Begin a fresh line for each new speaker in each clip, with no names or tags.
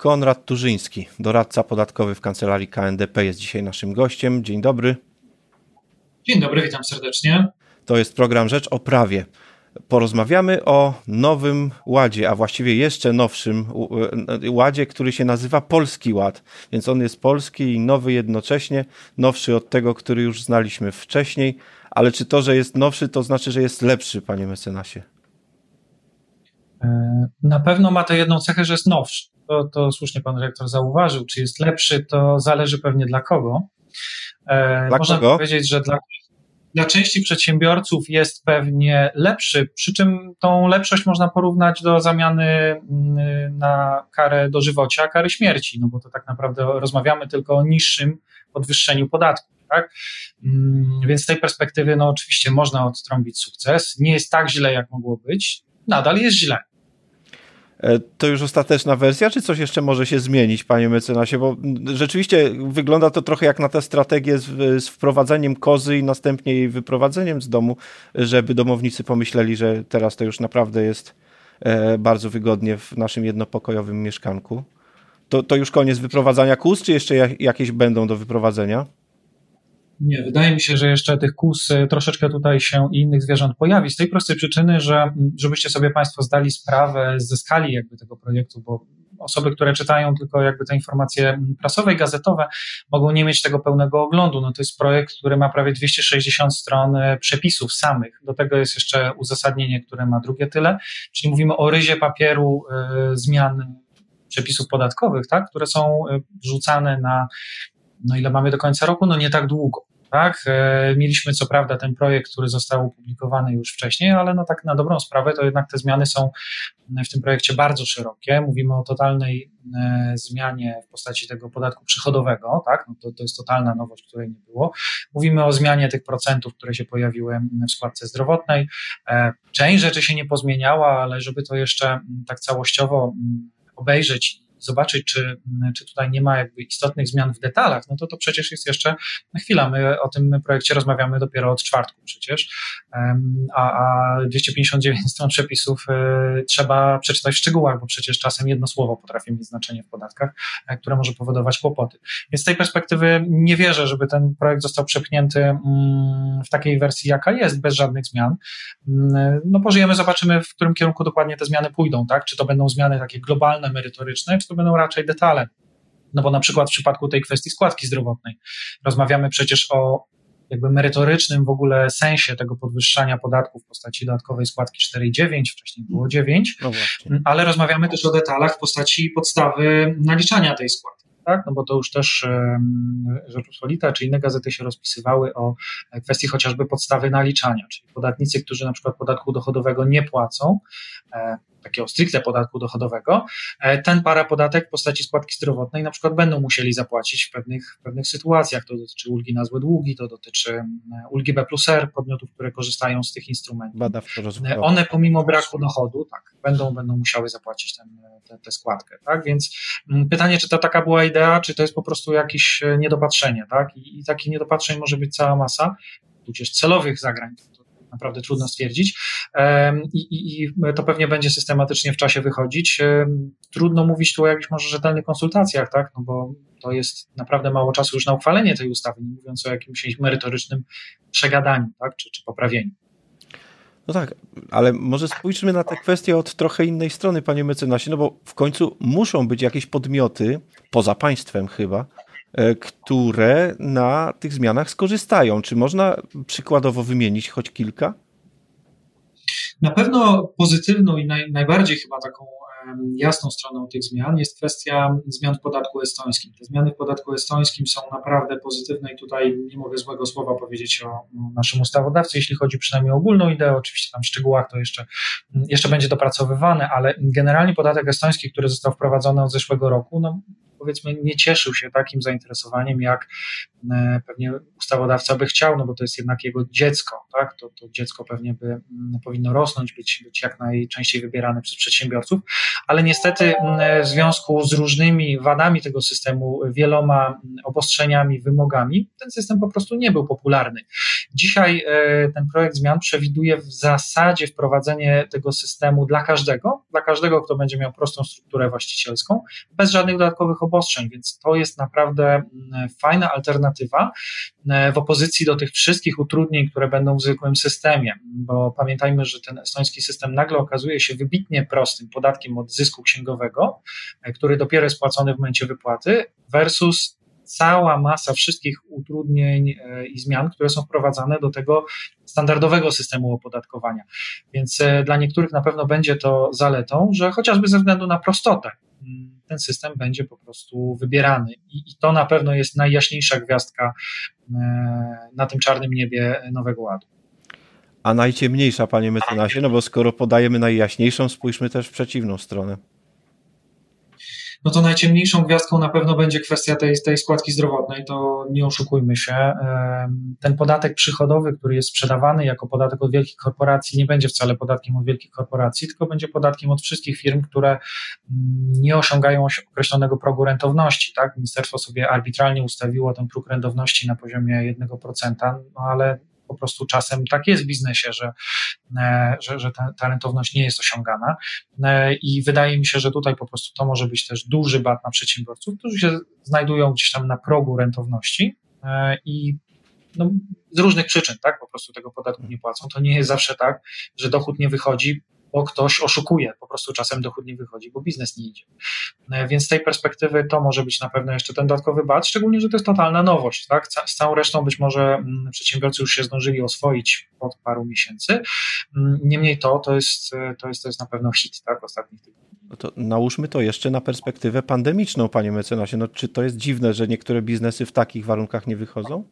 Konrad Turzyński, doradca podatkowy w kancelarii KNDP, jest dzisiaj naszym gościem. Dzień dobry.
Dzień dobry, witam serdecznie.
To jest program Rzecz o Prawie. Porozmawiamy o nowym ładzie, a właściwie jeszcze nowszym ładzie, który się nazywa Polski Ład. Więc on jest polski i nowy jednocześnie, nowszy od tego, który już znaliśmy wcześniej. Ale czy to, że jest nowszy, to znaczy, że jest lepszy, panie mecenasie?
Na pewno ma tę jedną cechę, że jest nowszy. To słusznie pan dyrektor zauważył. Czy jest lepszy, to zależy pewnie dla kogo. Można powiedzieć, że dla części przedsiębiorców jest pewnie lepszy, przy czym tą lepszość można porównać do zamiany na karę dożywocia, kary śmierci, no bo to tak naprawdę rozmawiamy tylko o niższym podwyższeniu podatku. Tak? Więc z tej perspektywy no oczywiście można odtrąbić sukces. Nie jest tak źle, jak mogło być. Nadal jest źle.
To już ostateczna wersja, czy coś jeszcze może się zmienić, panie mecenasie? Bo rzeczywiście wygląda to trochę jak na tę strategię z wprowadzeniem kozy i następnie jej wyprowadzeniem z domu, żeby domownicy pomyśleli, że teraz to już naprawdę jest bardzo wygodnie w naszym jednopokojowym mieszkanku. To już koniec wyprowadzania kóz, czy jeszcze jakieś będą do wyprowadzenia?
Nie, wydaje mi się, że jeszcze tych kóz troszeczkę tutaj się i innych zwierząt pojawi, z tej prostej przyczyny, że żebyście sobie państwo zdali sprawę ze skali jakby tego projektu, bo osoby, które czytają tylko jakby te informacje prasowe i gazetowe, mogą nie mieć tego pełnego oglądu. No to jest projekt, który ma prawie 260 stron przepisów samych. Do tego jest jeszcze uzasadnienie, które ma drugie tyle, czyli mówimy o ryzie papieru zmian przepisów podatkowych, tak, które są wrzucane na, no ile mamy do końca roku? No nie tak długo. Tak? Mieliśmy co prawda ten projekt, który został opublikowany już wcześniej, ale no tak na dobrą sprawę to jednak te zmiany są w tym projekcie bardzo szerokie. Mówimy o totalnej zmianie w postaci tego podatku przychodowego, tak? No to jest totalna nowość, której nie było. Mówimy o zmianie tych procentów, które się pojawiły w składce zdrowotnej. Część rzeczy się nie pozmieniała, ale żeby to jeszcze tak całościowo obejrzeć, zobaczyć, czy tutaj nie ma jakby istotnych zmian w detalach, no to przecież jest jeszcze chwila. My o tym projekcie rozmawiamy dopiero od czwartku przecież, a 259 stron przepisów trzeba przeczytać w szczegółach, bo przecież czasem jedno słowo potrafi mieć znaczenie w podatkach, które może powodować kłopoty. Więc z tej perspektywy nie wierzę, żeby ten projekt został przepchnięty w takiej wersji, jaka jest, bez żadnych zmian. No pożyjemy, zobaczymy, w którym kierunku dokładnie te zmiany pójdą, tak? Czy to będą zmiany takie globalne, merytoryczne, czy to będą raczej detale. No bo na przykład w przypadku tej kwestii składki zdrowotnej rozmawiamy przecież o jakby merytorycznym w ogóle sensie tego podwyższania podatku w postaci dodatkowej składki 4,9, wcześniej było 9, no ale rozmawiamy też o detalach w postaci podstawy naliczania tej składki. Tak? No bo to już też Rzeczpospolita czy inne gazety się rozpisywały o kwestii chociażby podstawy naliczania, czyli podatnicy, którzy na przykład podatku dochodowego nie płacą, takiego stricte podatku dochodowego, ten parapodatek w postaci składki zdrowotnej na przykład będą musieli zapłacić w pewnych sytuacjach. To dotyczy ulgi na złe długi, to dotyczy ulgi B+R, podmiotów, które korzystają z tych instrumentów. One pomimo braku dochodu, tak, będą musiały zapłacić tę składkę. Tak? Więc pytanie, czy to taka była idea, czy to jest po prostu jakieś niedopatrzenie. Tak? I takich niedopatrzeń może być cała masa, tudzież celowych zagrań. Naprawdę trudno stwierdzić i to pewnie będzie systematycznie w czasie wychodzić. Trudno mówić tu o jakichś może rzetelnych konsultacjach, tak? No bo to jest naprawdę mało czasu już na uchwalenie tej ustawy, nie mówiąc o jakimś merytorycznym przegadaniu, tak? czy poprawieniu.
No tak, ale może spójrzmy na tę kwestię od trochę innej strony, panie mecenasie, no bo w końcu muszą być jakieś podmioty, poza państwem chyba, które na tych zmianach skorzystają. Czy można przykładowo wymienić choć kilka?
Na pewno pozytywną i najbardziej chyba taką jasną stroną tych zmian jest kwestia zmian w podatku estońskim. Te zmiany w podatku estońskim są naprawdę pozytywne i tutaj nie mogę złego słowa powiedzieć o naszym ustawodawcy, jeśli chodzi przynajmniej o ogólną ideę. Oczywiście tam w szczegółach to jeszcze będzie dopracowywane, ale generalnie podatek estoński, który został wprowadzony od zeszłego roku, no powiedzmy nie cieszył się takim zainteresowaniem, jak pewnie ustawodawca by chciał, no bo to jest jednak jego dziecko, tak? To dziecko pewnie powinno rosnąć, być jak najczęściej wybierane przez przedsiębiorców, ale niestety w związku z różnymi wadami tego systemu, wieloma obostrzeniami, wymogami, ten system po prostu nie był popularny. Dzisiaj ten projekt zmian przewiduje w zasadzie wprowadzenie tego systemu dla każdego, kto będzie miał prostą strukturę właścicielską, bez żadnych dodatkowych obostrzeń, więc to jest naprawdę fajna alternatywa w opozycji do tych wszystkich utrudnień, które będą w zwykłym systemie, bo pamiętajmy, że ten estoński system nagle okazuje się wybitnie prostym podatkiem od zysku księgowego, który dopiero jest płacony w momencie wypłaty, versus cała masa wszystkich utrudnień i zmian, które są wprowadzane do tego standardowego systemu opodatkowania. Więc dla niektórych na pewno będzie to zaletą, że chociażby ze względu na prostotę ten system będzie po prostu wybierany i to na pewno jest najjaśniejsza gwiazdka na tym czarnym niebie Nowego Ładu.
A najciemniejsza, panie mecenasie, no bo skoro podajemy najjaśniejszą, spójrzmy też w przeciwną stronę.
No to najciemniejszą gwiazdką na pewno będzie kwestia tej składki zdrowotnej, to nie oszukujmy się. Ten podatek przychodowy, który jest sprzedawany jako podatek od wielkich korporacji, nie będzie wcale podatkiem od wielkich korporacji, tylko będzie podatkiem od wszystkich firm, które nie osiągają określonego progu rentowności. Tak? Ministerstwo sobie arbitralnie ustawiło ten próg rentowności na poziomie 1%, no ale po prostu czasem tak jest w biznesie, że ta rentowność nie jest osiągana i wydaje mi się, że tutaj po prostu to może być też duży bat na przedsiębiorców, którzy się znajdują gdzieś tam na progu rentowności i no, z różnych przyczyn, tak, po prostu tego podatku nie płacą. To nie jest zawsze tak, że dochód nie wychodzi, bo ktoś oszukuje, po prostu czasem dochód nie wychodzi, bo biznes nie idzie. Więc z tej perspektywy to może być na pewno jeszcze ten dodatkowy bat, szczególnie, że to jest totalna nowość. Tak? Z całą resztą być może przedsiębiorcy już się zdążyli oswoić od paru miesięcy. Niemniej to jest na pewno hit, tak, ostatnich tygodni.
No to nałóżmy to jeszcze na perspektywę pandemiczną, panie mecenasie. No, czy to jest dziwne, że niektóre biznesy w takich warunkach nie wychodzą?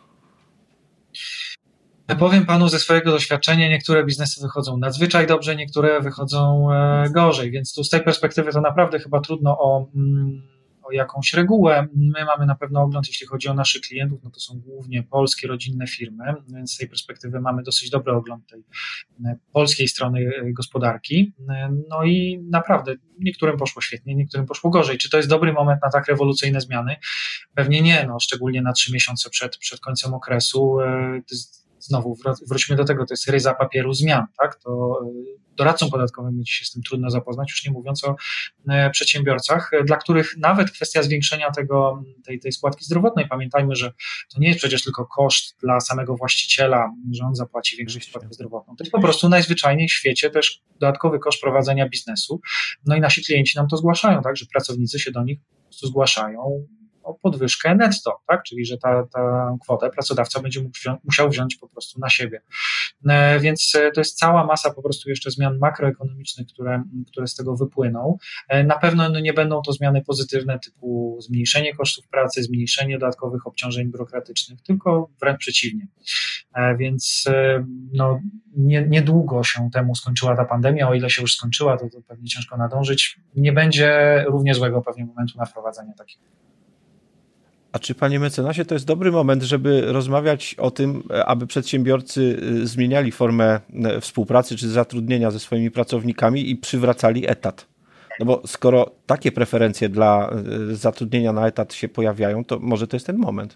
Powiem panu ze swojego doświadczenia, niektóre biznesy wychodzą nadzwyczaj dobrze, niektóre wychodzą gorzej, więc tu z tej perspektywy to naprawdę chyba trudno o jakąś regułę. My mamy na pewno ogląd, jeśli chodzi o naszych klientów, no to są głównie polskie, rodzinne firmy, więc z tej perspektywy mamy dosyć dobry ogląd tej polskiej strony gospodarki. No i naprawdę niektórym poszło świetnie, niektórym poszło gorzej. Czy to jest dobry moment na tak rewolucyjne zmiany? Pewnie nie, no, szczególnie na 3 miesiące przed końcem okresu. To jest, znowu wróćmy do tego, to jest ryza papieru zmian, tak? To doradcom podatkowym będzie się z tym trudno zapoznać, już nie mówiąc o przedsiębiorcach, dla których nawet kwestia zwiększenia tej składki zdrowotnej, pamiętajmy, że to nie jest przecież tylko koszt dla samego właściciela, że on zapłaci większą składkę zdrowotną, to jest po prostu najzwyczajniej w świecie też dodatkowy koszt prowadzenia biznesu, no i nasi klienci nam to zgłaszają, tak, że pracownicy się do nich po prostu zgłaszają o podwyżkę netto, tak? Czyli że ta kwotę pracodawca będzie musiał wziąć po prostu na siebie. Więc to jest cała masa po prostu jeszcze zmian makroekonomicznych, które z tego wypłyną. Na pewno nie będą to zmiany pozytywne typu zmniejszenie kosztów pracy, zmniejszenie dodatkowych obciążeń biurokratycznych, tylko wręcz przeciwnie. Więc no, niedługo się temu skończyła ta pandemia, o ile się już skończyła, to pewnie ciężko nadążyć. Nie będzie równie złego pewnie momentu na wprowadzenie takiego.
A czy, panie mecenasie, to jest dobry moment, żeby rozmawiać o tym, aby przedsiębiorcy zmieniali formę współpracy czy zatrudnienia ze swoimi pracownikami i przywracali etat? No bo skoro takie preferencje dla zatrudnienia na etat się pojawiają, to może to jest ten moment.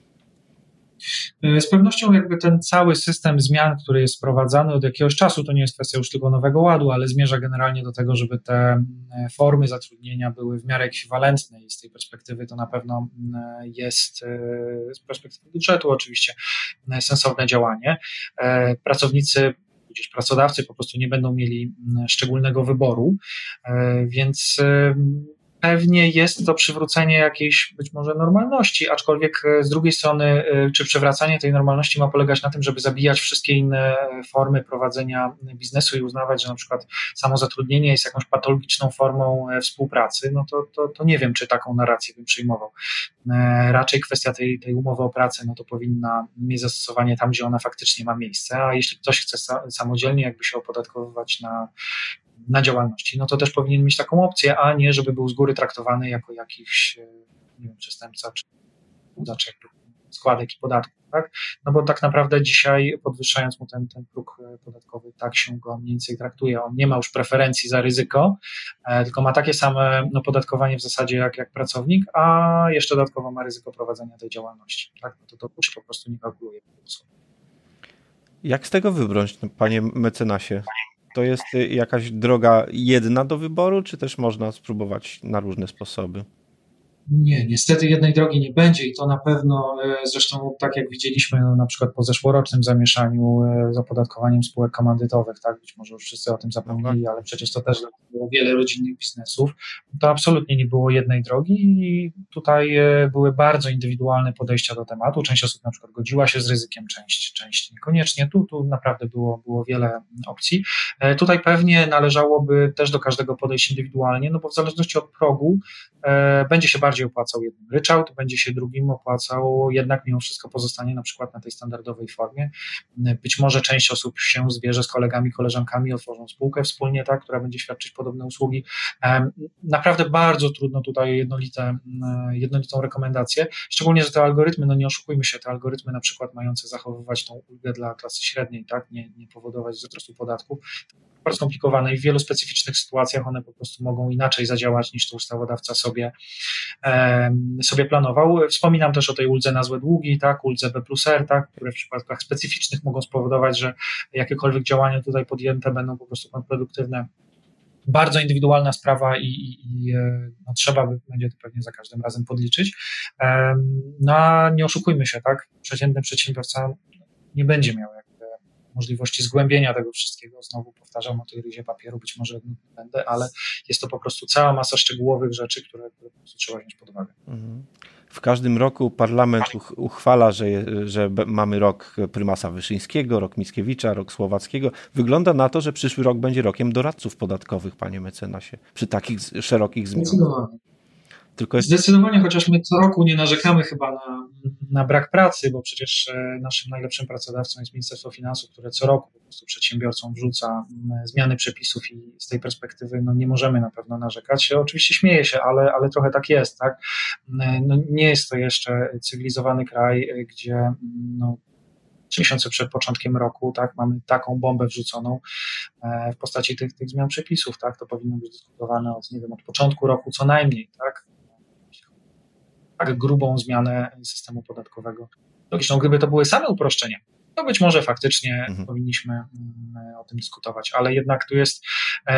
Z pewnością jakby ten cały system zmian, który jest wprowadzany od jakiegoś czasu, to nie jest kwestia już tylko Nowego Ładu, ale zmierza generalnie do tego, żeby te formy zatrudnienia były w miarę ekwiwalentne i z tej perspektywy to na pewno jest, z perspektywy budżetu oczywiście, sensowne działanie. Pracownicy, gdzieś pracodawcy po prostu nie będą mieli szczególnego wyboru, więc pewnie jest to przywrócenie jakiejś być może normalności, aczkolwiek z drugiej strony, czy przywracanie tej normalności ma polegać na tym, żeby zabijać wszystkie inne formy prowadzenia biznesu i uznawać, że na przykład samo zatrudnienie jest jakąś patologiczną formą współpracy, no to nie wiem, czy taką narrację bym przyjmował. Raczej kwestia tej umowy o pracę, no to powinna mieć zastosowanie tam, gdzie ona faktycznie ma miejsce, a jeśli ktoś chce samodzielnie jakby się opodatkowywać na działalności, no to też powinien mieć taką opcję, a nie żeby był z góry traktowany jako jakiś, nie wiem, przestępca czy udacz składek i podatków, tak? No bo tak naprawdę dzisiaj podwyższając mu ten próg podatkowy, tak się go mniej więcej traktuje. On nie ma już preferencji za ryzyko, tylko ma takie same podatkowanie w zasadzie jak pracownik, a jeszcze dodatkowo ma ryzyko prowadzenia tej działalności, tak? No to się po prostu nie kalkuluje.
Jak z tego wybrnąć, panie mecenasie? To jest jakaś droga jedna do wyboru, czy też można spróbować na różne sposoby?
Nie, niestety jednej drogi nie będzie i to na pewno, zresztą tak jak widzieliśmy na przykład po zeszłorocznym zamieszaniu z opodatkowaniem spółek komandytowych, tak, być może już wszyscy o tym zapomnieli, ale przecież to też było wiele rodzinnych biznesów, to absolutnie nie było jednej drogi i tutaj były bardzo indywidualne podejścia do tematu. Część osób na przykład godziła się z ryzykiem, część niekoniecznie. Tu naprawdę było wiele opcji. Tutaj pewnie należałoby też do każdego podejść indywidualnie, no bo w zależności od progu będzie się bardziej opłacał jednym ryczałt, będzie się drugim opłacał, jednak mimo wszystko pozostanie na przykład na tej standardowej formie. Być może część osób się zbierze z kolegami, koleżankami, otworzą spółkę wspólnie, tak, która będzie świadczyć podobne usługi. Naprawdę bardzo trudno tutaj jednolitą rekomendację, szczególnie, że te algorytmy, no nie oszukujmy się, te algorytmy na przykład mające zachowywać tą ulgę dla klasy średniej, tak, nie powodować wzrostu podatku, bardzo skomplikowane i w wielu specyficznych sytuacjach one po prostu mogą inaczej zadziałać niż to ustawodawca sobie planował. Wspominam też o tej uldze na złe długi, tak, uldze B plus R, tak, które w przypadkach specyficznych mogą spowodować, że jakiekolwiek działania tutaj podjęte będą po prostu kontrproduktywne. Bardzo indywidualna sprawa i no, trzeba będzie to pewnie za każdym razem podliczyć. No a nie oszukujmy się, tak, przeciętny przedsiębiorca nie będzie miał możliwości zgłębienia tego wszystkiego. Znowu powtarzam o tej ryzie papieru, być może nie będę, ale jest to po prostu cała masa szczegółowych rzeczy, które po prostu trzeba wziąć pod uwagę.
W każdym roku parlament uchwala, że mamy rok prymasa Wyszyńskiego, rok Mickiewicza, rok Słowackiego. Wygląda na to, że przyszły rok będzie rokiem doradców podatkowych, panie mecenasie, przy takich szerokich zmianach.
Zdecydowanie, chociaż my co roku nie narzekamy chyba na brak pracy, bo przecież naszym najlepszym pracodawcą jest Ministerstwo Finansów, które co roku po prostu przedsiębiorcom wrzuca zmiany przepisów i z tej perspektywy no, nie możemy na pewno narzekać. Oczywiście śmieję się, ale trochę tak jest, tak? No, nie jest to jeszcze cywilizowany kraj, gdzie no, 3 miesiące przed początkiem roku, tak, mamy taką bombę wrzuconą w postaci tych zmian przepisów, tak? To powinno być dyskutowane od początku roku co najmniej, tak? Tak grubą zmianę systemu podatkowego. Logiczną, gdyby to były same uproszczenia, to być może faktycznie powinniśmy o tym dyskutować, ale jednak tu jest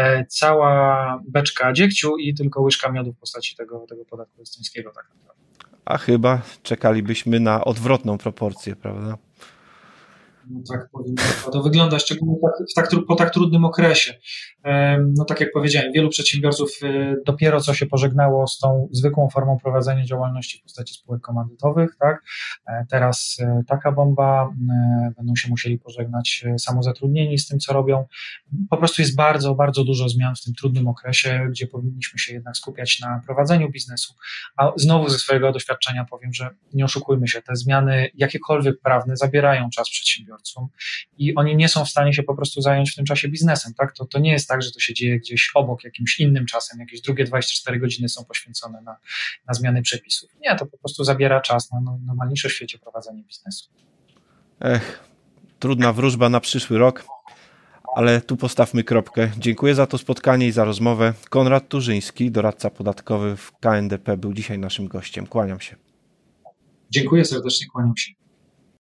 cała beczka dziegciu i tylko łyżka miodu w postaci tego podatku estońskiego tak naprawdę.
A chyba czekalibyśmy na odwrotną proporcję, prawda?
No tak powinno to wyglądać, szczególnie po tak trudnym okresie. No tak jak powiedziałem, wielu przedsiębiorców dopiero co się pożegnało z tą zwykłą formą prowadzenia działalności w postaci spółek komandytowych, tak? Teraz taka bomba, będą się musieli pożegnać samozatrudnieni z tym, co robią. Po prostu jest bardzo, bardzo dużo zmian w tym trudnym okresie, gdzie powinniśmy się jednak skupiać na prowadzeniu biznesu. A znowu ze swojego doświadczenia powiem, że nie oszukujmy się, te zmiany jakiekolwiek prawne zabierają czas przedsiębiorcom i oni nie są w stanie się po prostu zająć w tym czasie biznesem, tak? To nie jest tak, że to się dzieje gdzieś obok jakimś innym czasem, jakieś drugie 24 godziny są poświęcone na zmiany przepisów. Nie, to po prostu zabiera czas na normalniejsze w świecie prowadzenie biznesu.
Trudna wróżba na przyszły rok, ale tu postawmy kropkę. Dziękuję za to spotkanie i za rozmowę. Konrad Turzyński, doradca podatkowy w KNDP, był dzisiaj naszym gościem. Kłaniam się.
Dziękuję serdecznie, kłaniam się.